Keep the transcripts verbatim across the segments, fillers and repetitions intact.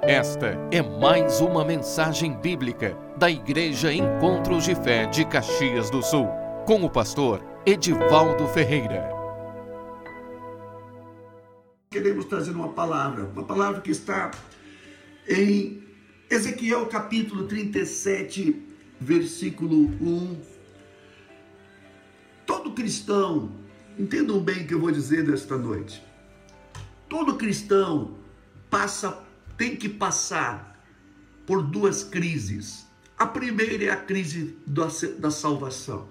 Esta é mais uma mensagem bíblica da Igreja Encontros de Fé de Caxias do Sul, com o pastor Edivaldo Ferreira. Queremos trazer uma palavra, uma palavra que está em Ezequiel capítulo trinta e sete, versículo um. Todo cristão, entendam bem o que eu vou dizer nesta noite, todo cristão passa tem que passar por duas crises. A primeira é a crise da, da salvação.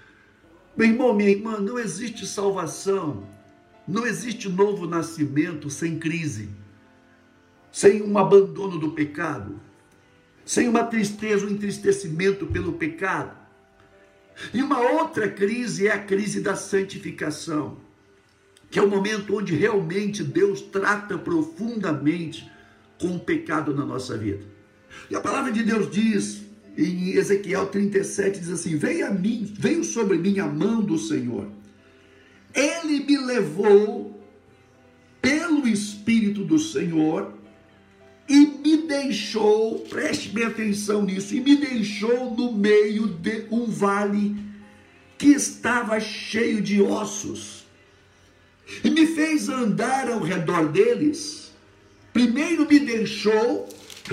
Meu irmão, minha irmã, não existe salvação, não existe novo nascimento sem crise, sem um abandono do pecado, sem uma tristeza, um entristecimento pelo pecado. E uma outra crise é a crise da santificação, que é o momento onde realmente Deus trata profundamente com o pecado na nossa vida. E a palavra de Deus diz em Ezequiel trinta e sete, diz assim: veio a mim, veio sobre mim a mão do Senhor. Ele me levou pelo Espírito do Senhor e me deixou, preste bem atenção nisso, e me deixou no meio de um vale que estava cheio de ossos, e me fez andar ao redor deles. Primeiro me deixou.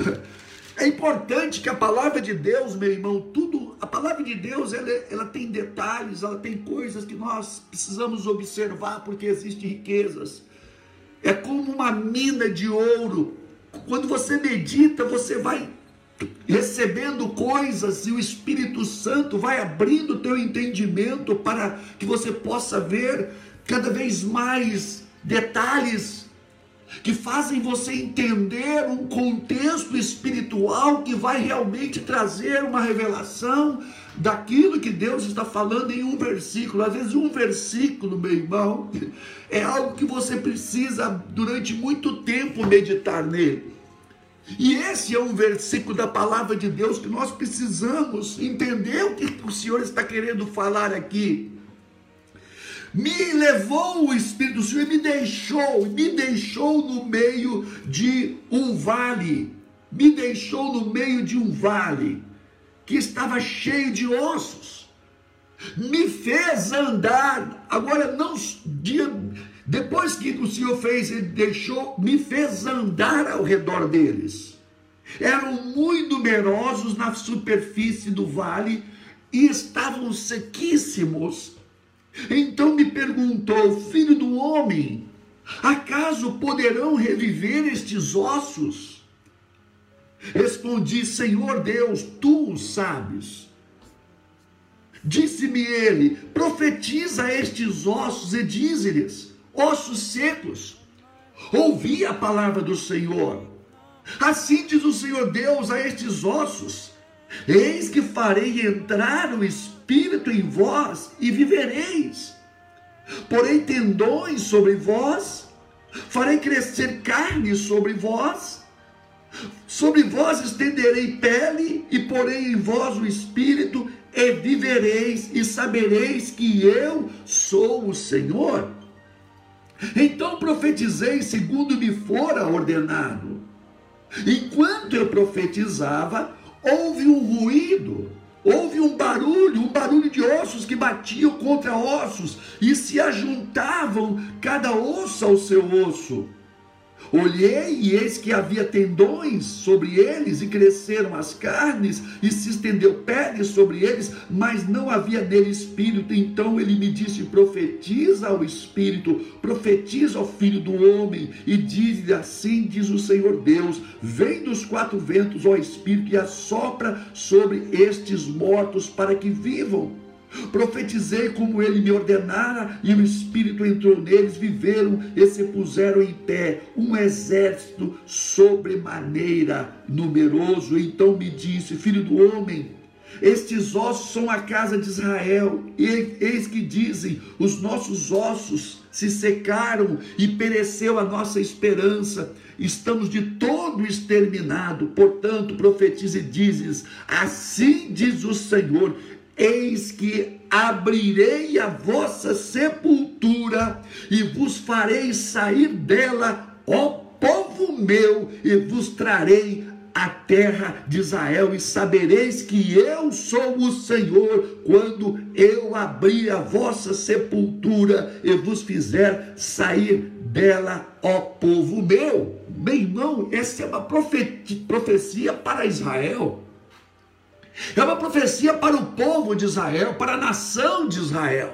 É importante que a palavra de Deus, meu irmão, tudo, a palavra de Deus, ela, ela tem detalhes, ela tem coisas que nós precisamos observar, porque existem riquezas. É como uma mina de ouro. Quando você medita, você vai recebendo coisas e o Espírito Santo vai abrindo o teu entendimento para que você possa ver cada vez mais detalhes que fazem você entender um contexto espiritual que vai realmente trazer uma revelação daquilo que Deus está falando em um versículo. Às vezes um versículo, meu irmão, é algo que você precisa durante muito tempo meditar nele. E esse é um versículo da palavra de Deus que nós precisamos entender o que o Senhor está querendo falar aqui. Me levou o Espírito do Senhor e me deixou, me deixou no meio de um vale, me deixou no meio de um vale que estava cheio de ossos, me fez andar. Agora não, depois que o Senhor fez, ele deixou, me fez andar ao redor deles. Eram muito numerosos na superfície do vale e estavam sequíssimos. Então me perguntou: filho do homem, acaso poderão reviver estes ossos? Respondi: Senhor Deus, tu o sabes. Disse-me ele: profetiza a estes ossos e dize-lhes: ossos secos, ouvi a palavra do Senhor. Assim diz o Senhor Deus a estes ossos: eis que farei entrar o Espírito Espírito em vós e vivereis. Porei tendões sobre vós, farei crescer carne sobre vós, sobre vós estenderei pele e porei em vós o Espírito e vivereis e sabereis que eu sou o Senhor. Então profetizei segundo me fora ordenado. Enquanto eu profetizava, houve um ruído. Houve um barulho, um barulho de ossos que batiam contra ossos e se ajuntavam cada osso ao seu osso. Olhei e eis que havia tendões sobre eles e cresceram as carnes e se estendeu pele sobre eles, mas não havia nele espírito. Então ele me disse: profetiza ao Espírito, profetiza ao Filho do Homem e diz-lhe: assim diz o Senhor Deus, vem dos quatro ventos, ó Espírito, e assopra sobre estes mortos para que vivam. Profetizei como ele me ordenara, e o Espírito entrou neles, viveram e se puseram em pé, um exército sobremaneira numeroso. Então me disse: filho do homem, estes ossos são a casa de Israel, e eis que dizem: os nossos ossos se secaram e pereceu a nossa esperança, estamos de todo exterminados. Portanto profetize e dizes: assim diz o Senhor, eis que abrirei a vossa sepultura e vos farei sair dela, ó povo meu, e vos trarei a terra de Israel, e sabereis que eu sou o Senhor, quando eu abrir a vossa sepultura e vos fizer sair dela, ó povo meu. Meu irmão, essa é uma profecia para Israel, é uma profecia para o povo de Israel, para a nação de Israel.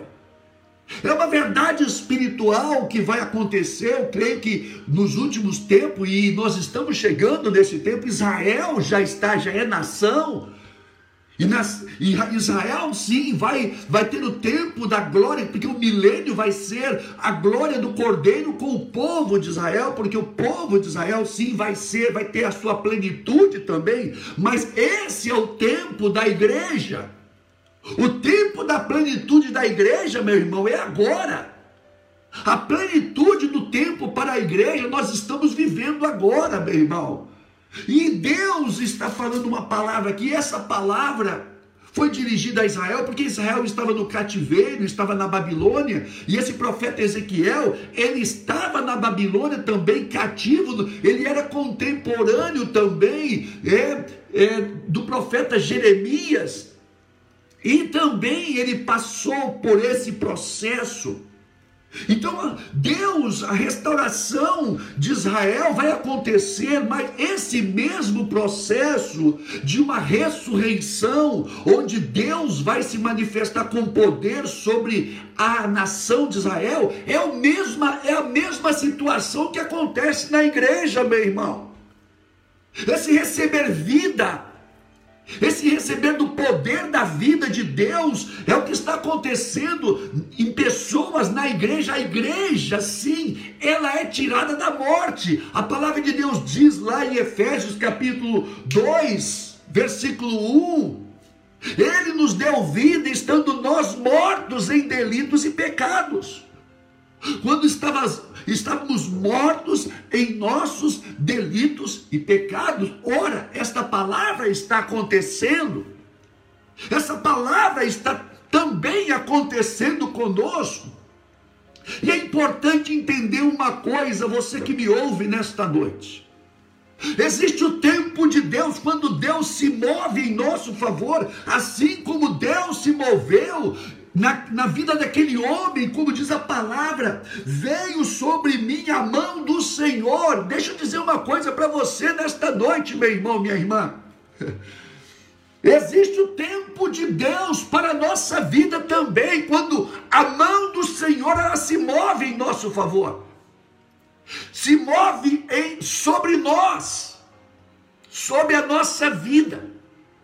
É uma verdade espiritual que vai acontecer. Eu creio que nos últimos tempos, e nós estamos chegando nesse tempo, Israel já está, já é nação. E, nas, e Israel sim vai, vai ter o tempo da glória, porque o milênio vai ser a glória do Cordeiro com o povo de Israel, porque o povo de Israel sim vai ser, vai ter a sua plenitude também. Mas esse é o tempo da igreja. O tempo da plenitude da igreja, meu irmão, é agora. A plenitude do tempo para a igreja nós estamos vivendo agora, meu irmão. E Deus está falando uma palavra aqui. Essa palavra foi dirigida a Israel, porque Israel estava no cativeiro, estava na Babilônia. E esse profeta Ezequiel, ele estava na Babilônia também cativo. Ele era contemporâneo também é, é, do profeta Jeremias. E também ele passou por esse processo. Então, Deus, a restauração de Israel vai acontecer, mas esse mesmo processo de uma ressurreição, onde Deus vai se manifestar com poder sobre a nação de Israel, é, o mesma, é a mesma situação que acontece na igreja, meu irmão. Esse receber vida, esse receber do poder da vida de Deus é o que está acontecendo em pessoas na igreja. A igreja, sim, ela é tirada da morte. A palavra de Deus diz lá em Efésios capítulo dois, versículo um, Ele nos deu vida estando nós mortos em delitos e pecados. Quando estávamos, estávamos mortos em nossos delitos e pecados. Ora, esta palavra está acontecendo. Essa palavra está também acontecendo conosco. E é importante entender uma coisa, você que me ouve nesta noite. Existe o tempo de Deus, quando Deus se move em nosso favor, assim como Deus se moveu Na, na vida daquele homem, como diz a palavra, veio sobre mim a mão do Senhor. Deixa eu dizer uma coisa para você nesta noite, meu irmão, minha irmã. Existe o tempo de Deus para a nossa vida também, quando a mão do Senhor ela se move em nosso favor, se move em, sobre nós, sobre a nossa vida.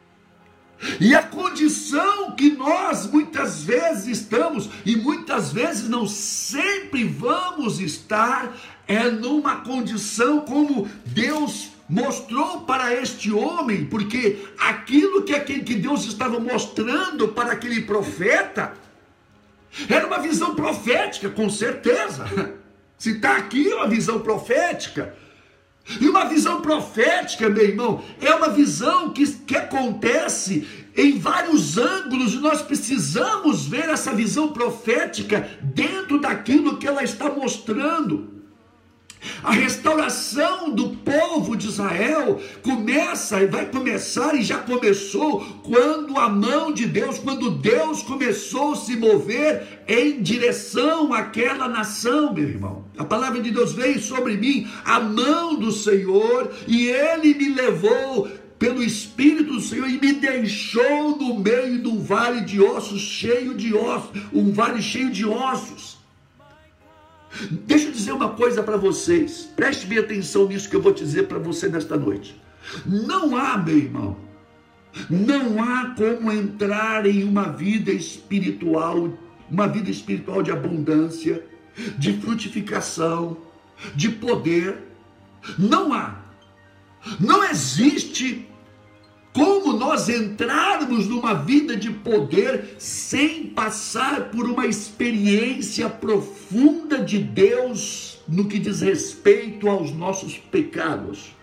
E a condição que nós muitas vezes estamos, e muitas vezes não sempre vamos estar, é numa condição como Deus mostrou para este homem, porque aquilo que, aquele que Deus estava mostrando para aquele profeta, era uma visão profética, com certeza. Se está aqui é uma visão profética. E uma visão profética, meu irmão, é uma visão que, que acontece em vários ângulos, e nós precisamos ver essa visão profética dentro daquilo que ela está mostrando. A restauração do povo de Israel começa e vai começar, e já começou, quando a mão de Deus, quando Deus começou a se mover em direção àquela nação, meu irmão. A palavra de Deus veio sobre mim, a mão do Senhor, e Ele me levou pelo Espírito do Senhor e me deixou no meio de um vale de ossos, cheio de ossos, um vale cheio de ossos. Deixa eu dizer uma coisa para vocês, preste bem atenção nisso que eu vou dizer para você nesta noite. Não há, meu irmão, não há como entrar em uma vida espiritual, uma vida espiritual de abundância, de frutificação, de poder. Não há, não existe como nós entrarmos numa vida de poder sem passar por uma experiência profunda de Deus no que diz respeito aos nossos pecados.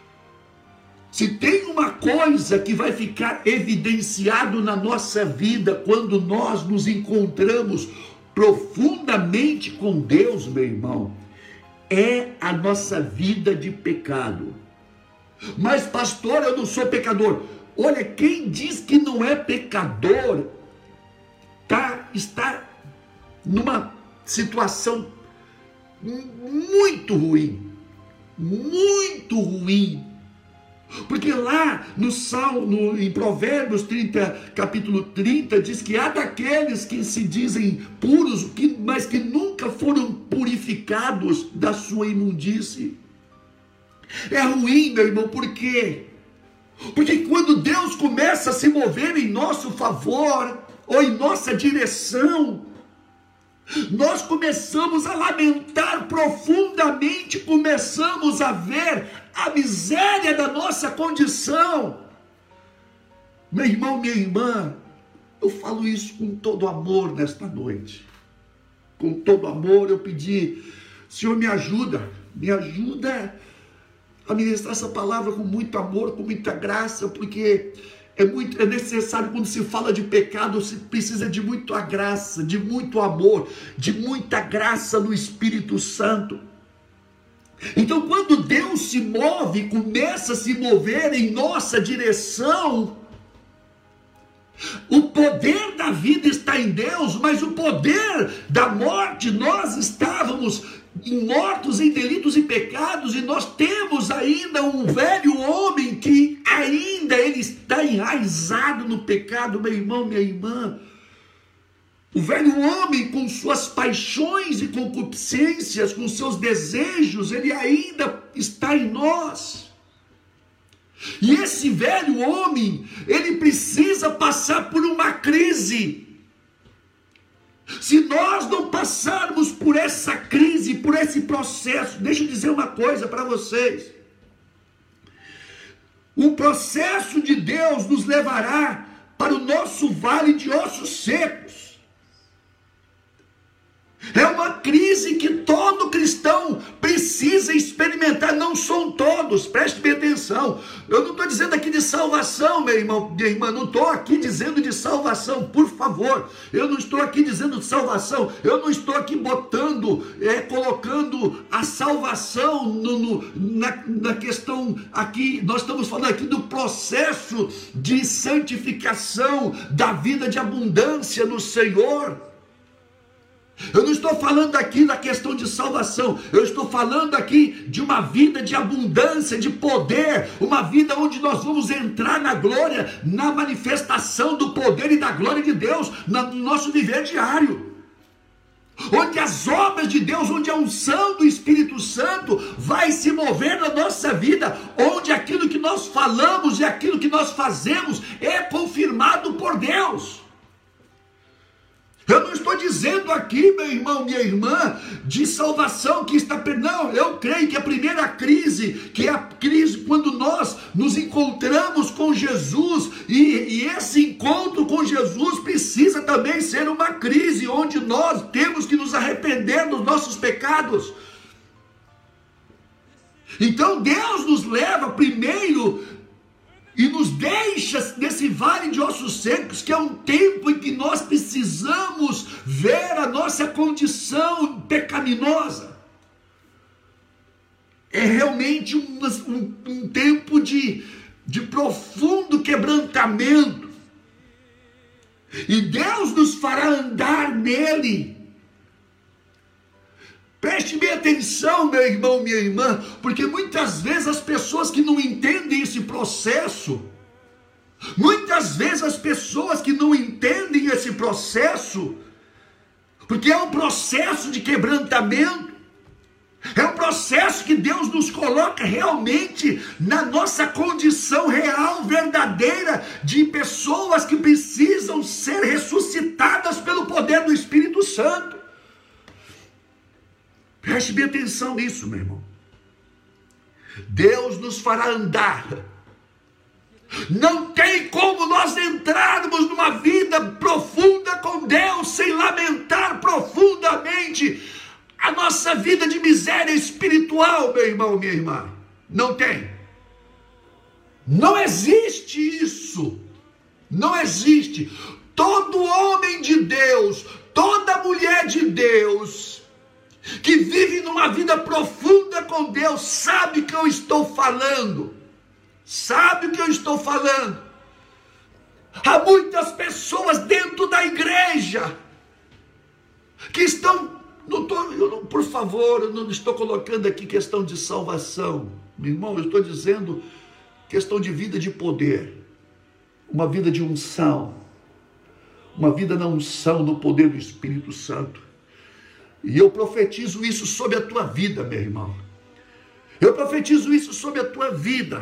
Se tem uma coisa que vai ficar evidenciado na nossa vida quando nós nos encontramos profundamente com Deus, meu irmão, é a nossa vida de pecado. Mas pastor, eu não sou pecador. Olha, quem diz que não é pecador, tá, está numa situação muito ruim, muito ruim. Porque lá no Salmo, no, em Provérbios trinta, capítulo trinta, diz que há daqueles que se dizem puros, que, mas que nunca foram purificados da sua imundície. É ruim, meu irmão, por quê? Porque quando Deus começa a se mover em nosso favor, ou em nossa direção, nós começamos a lamentar profundamente, começamos a ver a miséria da nossa condição. Meu irmão, minha irmã, eu falo isso com todo amor nesta noite. Com todo amor eu pedi, Senhor, me ajuda, me ajuda a ministrar essa palavra com muito amor, com muita graça, porque é, muito, é necessário, quando se fala de pecado, se precisa de muita graça, de muito amor, de muita graça no Espírito Santo. Então, quando Deus se move, começa a se mover em nossa direção, o poder da vida está em Deus, mas o poder da morte, nós estávamos mortos em delitos e pecados, e nós temos ainda um velho homem que ainda ele está enraizado no pecado, meu irmão, minha irmã. O velho homem, com suas paixões e concupiscências, com seus desejos, ele ainda está em nós. E esse velho homem, ele precisa passar por uma crise. Se nós não passarmos por essa crise, por esse processo, deixa eu dizer uma coisa para vocês. O processo de Deus nos levará para o nosso vale de ossos secos. É uma crise que todo cristão precisa experimentar. Não são todos, preste bem atenção. Eu não estou dizendo aqui de salvação, meu irmão, minha irmã. Não estou aqui dizendo de salvação, por favor. Eu não estou aqui dizendo de salvação. Eu não estou aqui botando, é, colocando a salvação no, no, na, na questão aqui. Nós estamos falando aqui do processo de santificação, da vida de abundância no Senhor. Eu não estou falando aqui da questão de salvação, eu estou falando aqui de uma vida de abundância, de poder, uma vida onde nós vamos entrar na glória, na manifestação do poder e da glória de Deus, no nosso viver diário. Onde as obras de Deus, onde a unção do Espírito Santo vai se mover na nossa vida, onde aquilo que nós falamos e aquilo que nós fazemos é confirmado por Deus. Eu não estou dizendo aqui, meu irmão, minha irmã, de salvação que está... Não, eu creio que a primeira crise, que é a crise quando nós nos encontramos com Jesus, e, e esse encontro com Jesus precisa também ser uma crise, onde nós temos que nos arrepender dos nossos pecados. Então Deus nos leva primeiro e nos deixa nesse vale de ossos secos, que é um tempo em que nós precisamos ver a nossa condição pecaminosa. É realmente um, um, um tempo de, de profundo quebrantamento. E Deus nos fará andar nele. Preste bem atenção, meu irmão, minha irmã, porque muitas vezes as pessoas que não entendem esse processo, muitas vezes as pessoas que não entendem esse processo, porque é um processo de quebrantamento, é um processo que Deus nos coloca realmente na nossa condição real, verdadeira, de pessoas que precisam ser ressuscitadas pelo poder do Espírito Santo. Preste bem atenção nisso, meu irmão. Deus nos fará andar. Não tem como nós entrarmos numa vida profunda com Deus sem lamentar profundamente a nossa vida de miséria espiritual, meu irmão, minha irmã. Não tem. Não existe isso. Não existe. Todo homem de Deus, toda mulher de Deus, que vive numa vida profunda com Deus, sabe que eu estou falando, sabe o que eu estou falando. Há muitas pessoas dentro da igreja que estão, não tô, eu não, por favor, eu não estou colocando aqui questão de salvação, meu irmão, eu estou dizendo questão de vida de poder, uma vida de unção, uma vida na unção, no poder do Espírito Santo. E eu profetizo isso sobre a tua vida, meu irmão. Eu profetizo isso sobre a tua vida.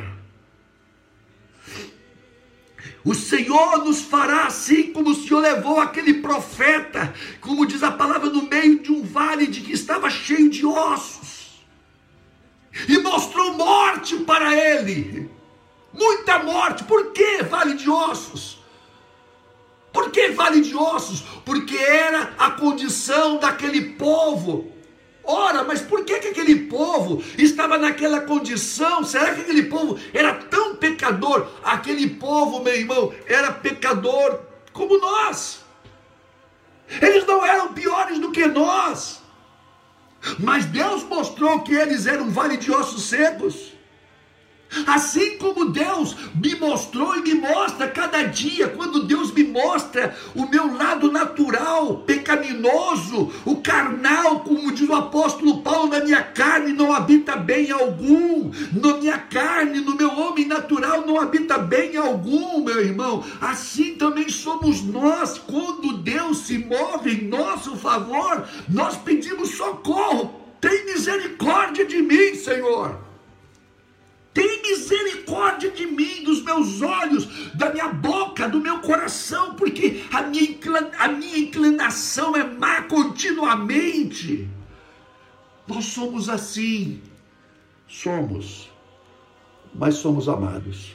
O Senhor nos fará assim como o Senhor levou aquele profeta, como diz a palavra, no meio de um vale de que estava cheio de ossos, e mostrou morte para ele, muita morte. Por que vale de ossos? Por que vale de ossos? Porque era a condição daquele povo. Ora, mas por que, que aquele povo estava naquela condição? Será que aquele povo era tão pecador? Aquele povo, meu irmão, era pecador como nós. Eles não eram piores do que nós. Mas Deus mostrou que eles eram um vale de ossos secos. Assim como Deus me mostrou e me mostra cada dia, quando Deus me mostra o meu lado natural, pecaminoso, o carnal, como diz o apóstolo Paulo, na minha carne não habita bem algum, na minha carne, no meu homem natural não habita bem algum, meu irmão. Assim também somos nós. Quando Deus se move em nosso favor, nós pedimos socorro. Tem misericórdia de mim, Senhor. Tem misericórdia de mim, dos meus olhos, da minha boca, do meu coração, porque a minha, inclina, a minha inclinação é má continuamente. Nós somos assim, somos, mas somos amados.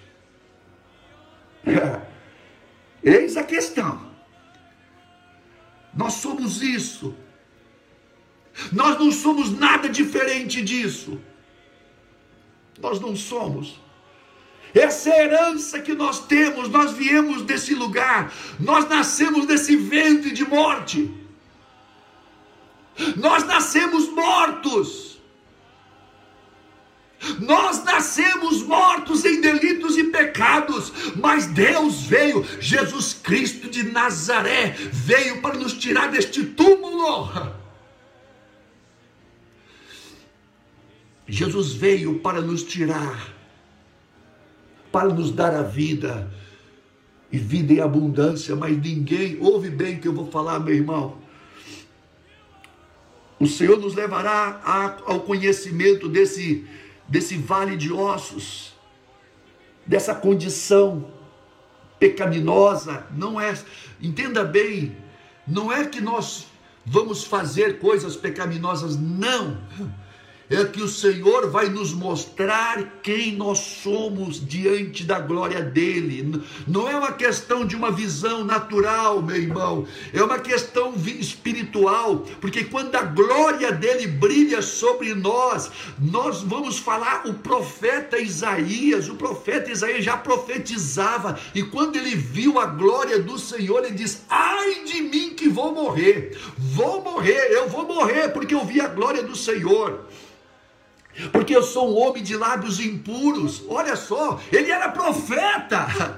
É. Eis a questão. Nós somos isso. Nós não somos nada diferente disso. Nós não somos. Essa é a herança que nós temos. Nós viemos desse lugar. Nós nascemos desse ventre de morte. Nós nascemos mortos. Nós nascemos mortos em delitos e pecados. Mas Deus veio, Jesus Cristo de Nazaré, veio para nos tirar deste túmulo. Jesus veio para nos tirar, para nos dar a vida, e vida em abundância. Mas ninguém, ouve bem o que eu vou falar, meu irmão. O Senhor nos levará ao conhecimento desse, desse vale de ossos, dessa condição pecaminosa. Não é, entenda bem, não é que nós vamos fazer coisas pecaminosas, não. É que o Senhor vai nos mostrar quem nós somos diante da glória dele. Não é uma questão de uma visão natural, meu irmão, é uma questão espiritual, porque quando a glória dele brilha sobre nós, nós vamos falar. O profeta Isaías, o profeta Isaías já profetizava, e quando ele viu a glória do Senhor, ele diz: ai de mim que vou morrer, vou morrer, eu vou morrer, porque eu vi a glória do Senhor. Porque eu sou um homem de lábios impuros. Olha só, ele era profeta.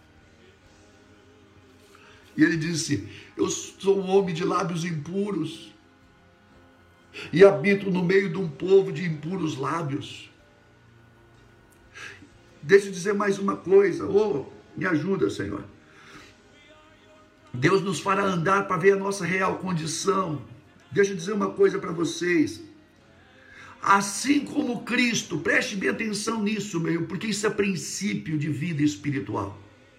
E ele disse: eu sou um homem de lábios impuros, e habito no meio de um povo de impuros lábios. Deixa eu dizer mais uma coisa. Oh, me ajuda, Senhor. Deus nos fará andar para ver a nossa real condição. Deixa eu dizer uma coisa para vocês. Assim como Cristo, preste bem atenção nisso, meu, porque isso é princípio de vida espiritual.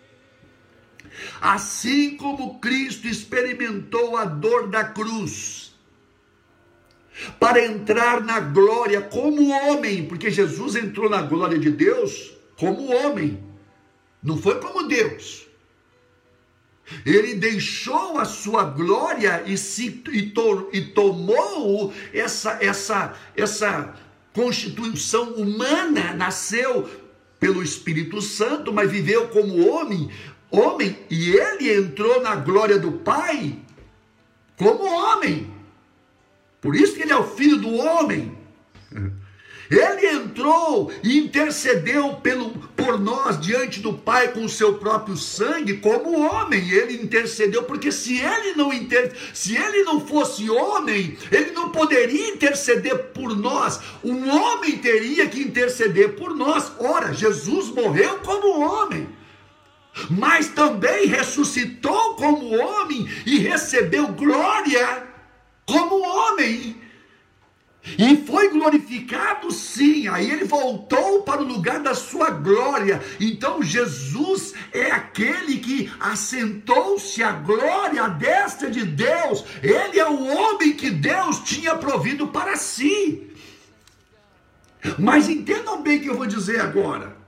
Assim como Cristo experimentou a dor da cruz, para entrar na glória como homem, porque Jesus entrou na glória de Deus como homem, não foi como Deus. Ele deixou a sua glória e, se, e, to, e tomou essa, essa, essa constituição humana, nasceu pelo Espírito Santo, mas viveu como homem, homem, e ele entrou na glória do Pai como homem. Por isso que ele é o Filho do homem. Ele entrou e intercedeu pelo, por nós diante do Pai com o seu próprio sangue, como homem. Ele intercedeu, porque se ele não inter, se ele não fosse homem, ele não poderia interceder por nós. Um homem teria que interceder por nós. Ora, Jesus morreu como homem, mas também ressuscitou como homem e recebeu glória como homem. E foi glorificado, sim. Aí ele voltou para o lugar da sua glória. Então Jesus é aquele que assentou-se à glória à destra de Deus. Ele é o homem que Deus tinha provido para si. Mas entendam bem o que eu vou dizer agora.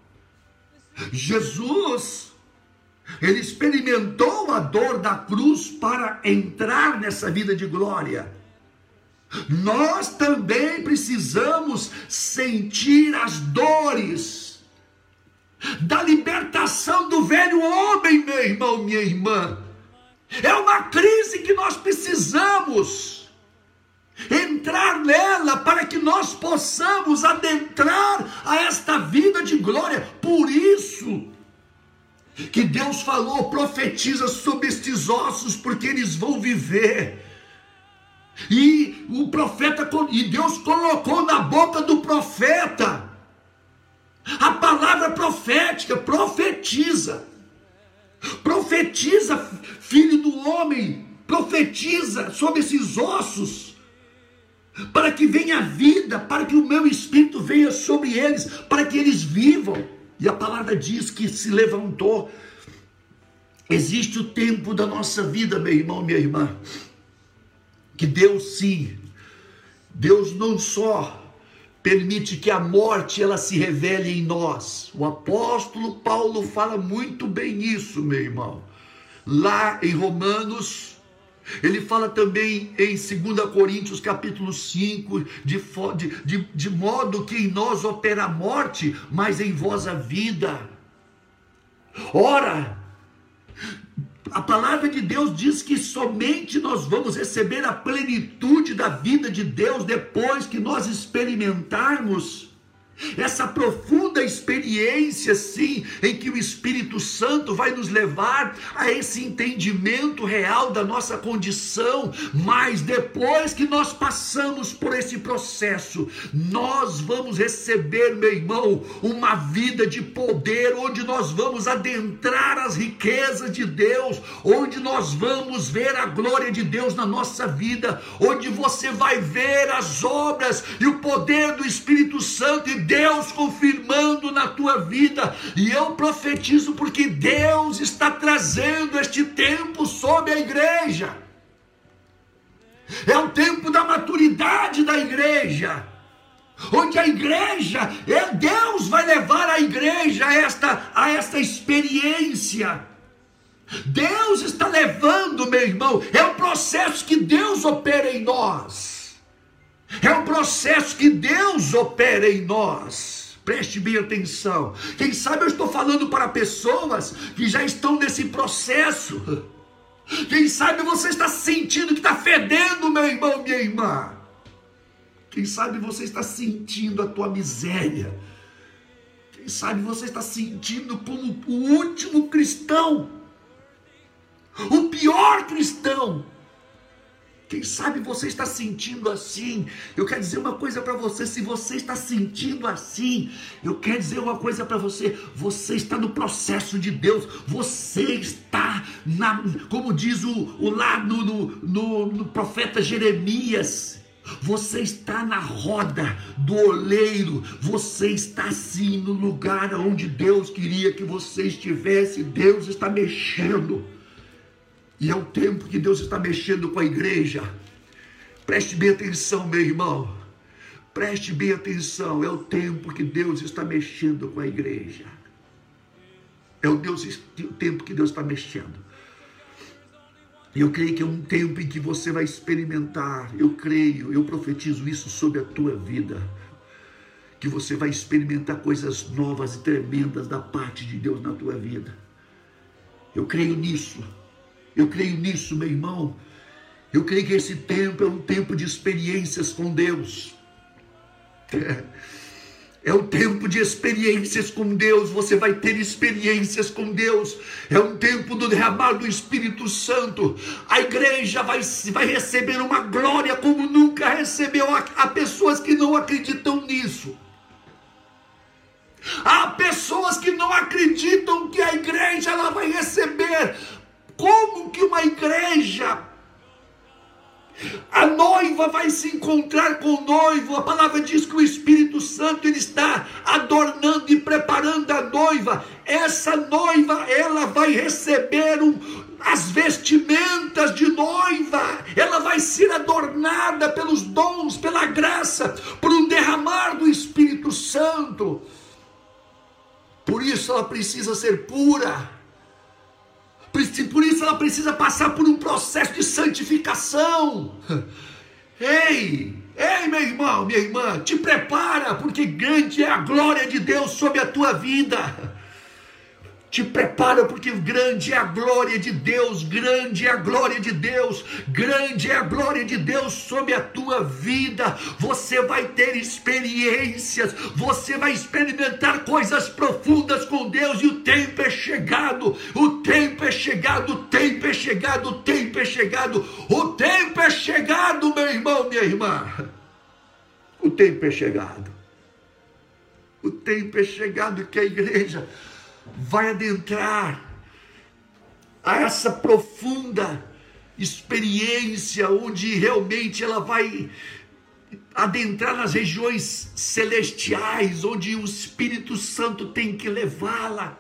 Jesus, ele experimentou a dor da cruz para entrar nessa vida de glória. Nós também precisamos sentir as dores da libertação do velho homem, meu irmão, minha irmã. É uma crise que nós precisamos entrar nela para que nós possamos adentrar a esta vida de glória. Por isso que Deus falou: profetiza sobre estes ossos, porque eles vão viver. E o profeta, e Deus colocou na boca do profeta a palavra profética. Profetiza, profetiza, filho do homem, profetiza sobre esses ossos, para que venha vida, para que o meu espírito venha sobre eles, para que eles vivam. E a palavra diz que se levantou. Existe o tempo da nossa vida, meu irmão, minha irmã, que Deus, sim, Deus não só permite que a morte ela se revele em nós. O apóstolo Paulo fala muito bem isso, meu irmão. Lá em Romanos, ele fala também em dois Coríntios capítulo cinco, de, de, de, de modo que em nós opera a morte, mas em vós a vida. Ora, a palavra de Deus diz que somente nós vamos receber a plenitude da vida de Deus depois que nós experimentarmos essa profunda experiência, sim, em que o Espírito Santo vai nos levar a esse entendimento real da nossa condição. Mas depois que nós passamos por esse processo, nós vamos receber, meu irmão, uma vida de poder, onde nós vamos adentrar as riquezas de Deus, onde nós vamos ver a glória de Deus na nossa vida, onde você vai ver as obras e o poder do Espírito Santo e Deus confirmando na tua vida. E eu profetizo porque Deus está trazendo este tempo sobre a igreja. É o tempo da maturidade da igreja, onde a igreja, é Deus vai levar a igreja a esta, a esta experiência. Deus está levando, meu irmão, é um processo que Deus opera em nós. É um processo que Deus opera em nós. Preste bem atenção. Quem sabe eu estou falando para pessoas que já estão nesse processo. Quem sabe você está sentindo que está fedendo, meu irmão, minha irmã. Quem sabe você está sentindo a tua miséria. Quem sabe você está sentindo como o último cristão, o pior cristão. Quem sabe você está sentindo assim. Eu quero dizer uma coisa para você. Se você está sentindo assim, eu quero dizer uma coisa para você. Você está no processo de Deus. Você está, na, como diz o, o lá no, no, no, no profeta Jeremias, você está na roda do oleiro. Você está sim no lugar onde Deus queria que você estivesse. Deus está mexendo. E é o tempo que Deus está mexendo com a igreja. Preste bem atenção, meu irmão. Preste bem atenção. É o tempo que Deus está mexendo com a igreja. É o, Deus, o tempo que Deus está mexendo. E eu creio que é um tempo em que você vai experimentar. Eu creio, eu profetizo isso sobre a tua vida. Que você vai experimentar coisas novas e tremendas da parte de Deus na tua vida. Eu creio nisso. Eu creio nisso, meu irmão. Eu creio que esse tempo é um tempo de experiências com Deus. É, é um tempo de experiências com Deus. Você vai ter experiências com Deus. É um tempo do derramar do Espírito Santo. A igreja vai, vai receber uma glória como nunca recebeu. Há pessoas que não acreditam nisso. Há pessoas que não acreditam que a igreja ela vai receber. Como que uma igreja, a noiva vai se encontrar com o noivo? A palavra diz que o Espírito Santo ele está adornando e preparando a noiva. Essa noiva, ela vai receber um, as vestimentas de noiva. Ela vai ser adornada pelos dons, pela graça, por um derramar do Espírito Santo. Por isso ela precisa ser pura. Por isso ela precisa passar por um processo de santificação. Ei, ei meu irmão, minha irmã, te prepara, porque grande é a glória de Deus sobre a tua vida. Te prepara, porque grande é a glória de Deus, grande é a glória de Deus, grande é a glória de Deus sobre a tua vida. Você vai ter experiências, você vai experimentar coisas profundas com Deus, e o tempo é chegado, o tempo é chegado, o tempo é chegado, o tempo é chegado, o tempo é chegado, meu irmão, minha irmã. O tempo é chegado, o tempo é chegado que a igreja vai adentrar a essa profunda experiência, onde realmente ela vai adentrar nas regiões celestiais, onde o Espírito Santo tem que levá-la.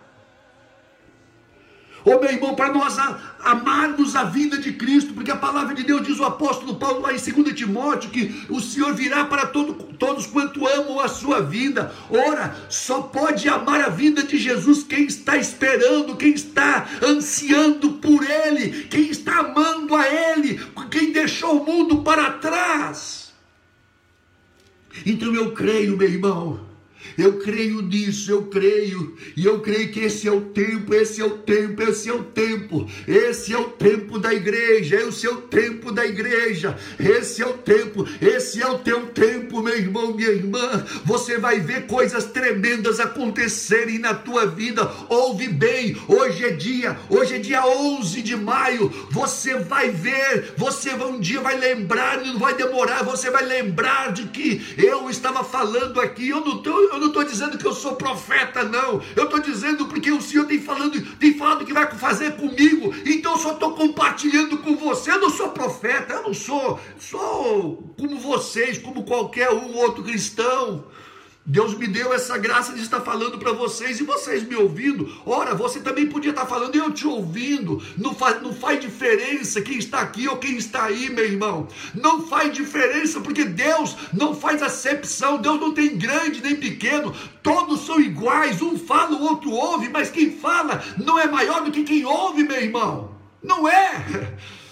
Ô meu irmão, para nós amarmos a vinda de Cristo, porque a palavra de Deus diz, o apóstolo Paulo lá em dois Timóteo, que o Senhor virá para todo, todos quanto amam a sua vinda. Ora, só pode amar a vinda de Jesus quem está esperando, quem está ansiando por Ele, quem está amando a Ele, quem deixou o mundo para trás. Então eu creio, meu irmão, eu creio nisso, eu creio, e eu creio que esse é o tempo, esse é o tempo, esse é o tempo, esse é o tempo da igreja, esse é o tempo da igreja, esse é o tempo, esse é o teu tempo, meu irmão, minha irmã. Você vai ver coisas tremendas acontecerem na tua vida. Ouve bem, hoje é dia, hoje é dia onze de maio, você vai ver, você um dia vai lembrar, não vai demorar, você vai lembrar de que eu estava falando aqui. Eu não estou eu não estou dizendo que eu sou profeta, não. Eu estou dizendo porque o Senhor tem falando, tem falado que vai fazer comigo. Então eu só estou compartilhando com você. Eu não sou profeta, eu não sou, sou como vocês, como qualquer um outro cristão. Deus me deu essa graça de estar falando para vocês, e vocês me ouvindo. Ora, você também podia estar falando e eu te ouvindo. Não faz, não faz diferença quem está aqui ou quem está aí, meu irmão. Não faz diferença, porque Deus não faz acepção. Deus não tem grande nem pequeno. Todos são iguais. Um fala, o outro ouve, mas quem fala não é maior do que quem ouve, meu irmão. Não é.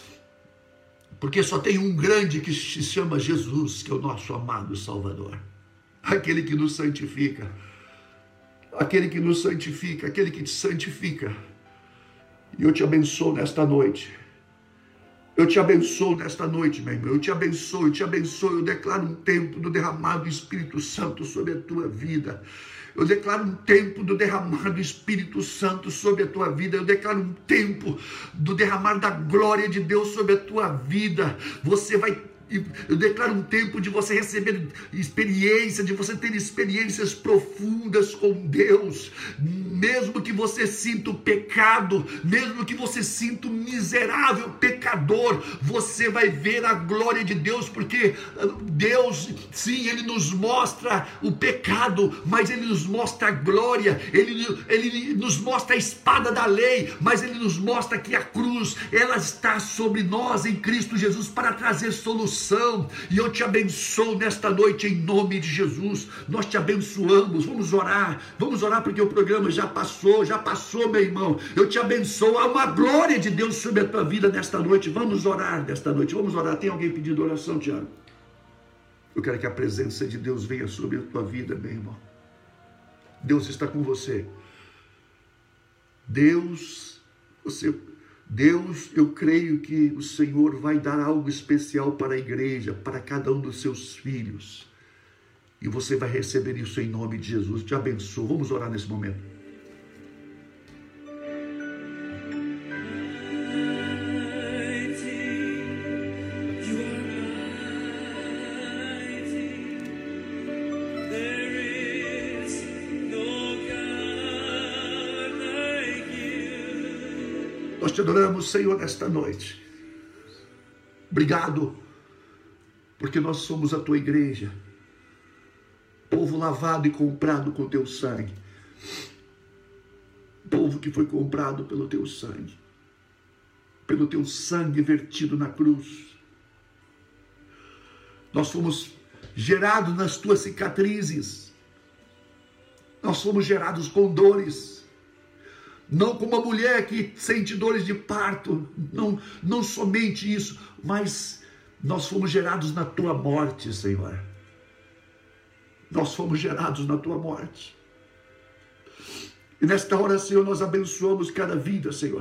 Porque só tem um grande que se chama Jesus, que é o nosso amado Salvador. Aquele que nos santifica, aquele que nos santifica, aquele que te santifica. E eu te abençoo nesta noite, eu te abençoo nesta noite, meu irmão, eu te abençoo, eu te abençoo, eu declaro um tempo do derramar do Espírito Santo sobre a tua vida. Eu declaro um tempo do derramar do Espírito Santo sobre a tua vida. Eu declaro um tempo do derramar da glória de Deus sobre a tua vida. Você vai Eu declaro um tempo de você receber experiência, de você ter experiências profundas com Deus. Mesmo que você sinta o pecado, mesmo que você sinta o miserável pecador, você vai ver a glória de Deus, porque Deus, sim, Ele nos mostra o pecado, mas Ele nos mostra a glória, Ele, Ele nos mostra a espada da lei, mas Ele nos mostra que a cruz, ela está sobre nós em Cristo Jesus para trazer solução. E eu te abençoo nesta noite em nome de Jesus. Nós te abençoamos. Vamos orar, vamos orar, porque o programa já passou, já passou, meu irmão. Eu te abençoo. Há uma glória de Deus sobre a tua vida nesta noite. Vamos orar nesta noite, vamos orar. Tem alguém pedindo oração, Tiago? Eu quero que a presença de Deus venha sobre a tua vida, meu irmão. Deus está com você. Deus, você Deus, eu creio que o Senhor vai dar algo especial para a igreja, para cada um dos seus filhos. E você vai receber isso em nome de Jesus. Te abençoo. Vamos orar nesse momento. Nós te adoramos, Senhor, nesta noite. Obrigado, porque nós somos a tua igreja, povo lavado e comprado com teu sangue, povo que foi comprado pelo teu sangue, pelo teu sangue vertido na cruz. Nós fomos gerados nas tuas cicatrizes, nós fomos gerados com dores, não como uma mulher que sente dores de parto, não, não somente isso, mas nós fomos gerados na tua morte, Senhor. Nós fomos gerados na tua morte. E nesta hora, Senhor, nós abençoamos cada vida, Senhor.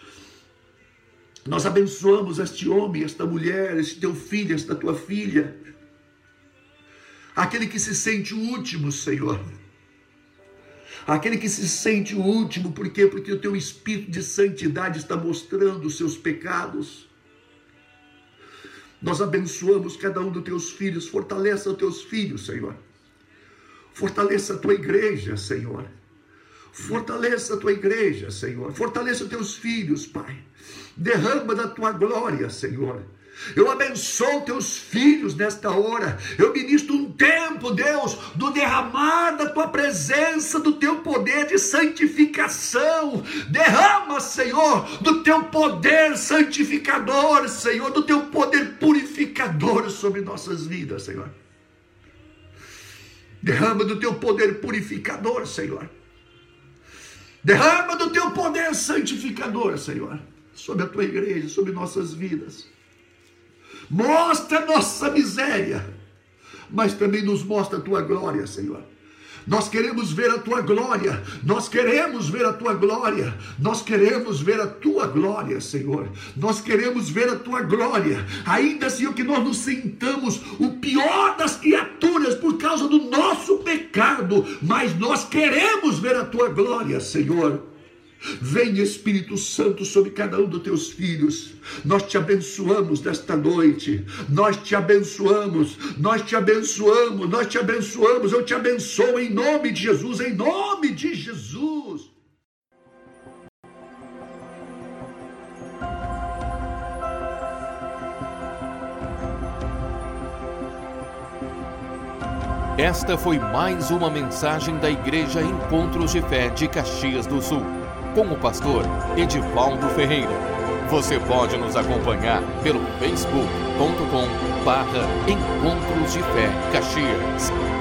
Nós abençoamos este homem, esta mulher, este teu filho, esta tua filha. Aquele que se sente o último, Senhor. Aquele que se sente o último, por quê? Porque o teu Espírito de santidade está mostrando os seus pecados. Nós abençoamos cada um dos teus filhos, fortaleça os teus filhos, Senhor. Fortaleça a tua igreja, Senhor. Fortaleça a tua igreja, Senhor. Fortaleça os teus filhos, Pai. Derrama da tua glória, Senhor. Eu abençoo teus filhos nesta hora. Eu ministro um tempo, Deus, do derramar da tua presença, do teu poder de santificação. Derrama, Senhor, do teu poder santificador, Senhor, do teu poder purificador sobre nossas vidas, Senhor. Derrama do teu poder purificador, Senhor. Derrama do teu poder santificador, Senhor, sobre a tua igreja, sobre nossas vidas. Mostra a nossa miséria, mas também nos mostra a tua glória, Senhor. Nós queremos ver a tua glória, nós queremos ver a tua glória, nós queremos ver a tua glória, Senhor. Nós queremos ver a tua glória, ainda assim que nós nos sintamos o pior das criaturas por causa do nosso pecado, mas nós queremos ver a tua glória, Senhor. Vem, Espírito Santo, sobre cada um dos teus filhos. Nós te abençoamos nesta noite. Nós te abençoamos. Nós te abençoamos. Nós te abençoamos. Eu te abençoo em nome de Jesus. Em nome de Jesus. Esta foi mais uma mensagem da Igreja Encontros de Fé de Caxias do Sul, com o pastor Edivaldo Ferreira. Você pode nos acompanhar pelo facebook ponto com barra Encontros de Fé Caxias.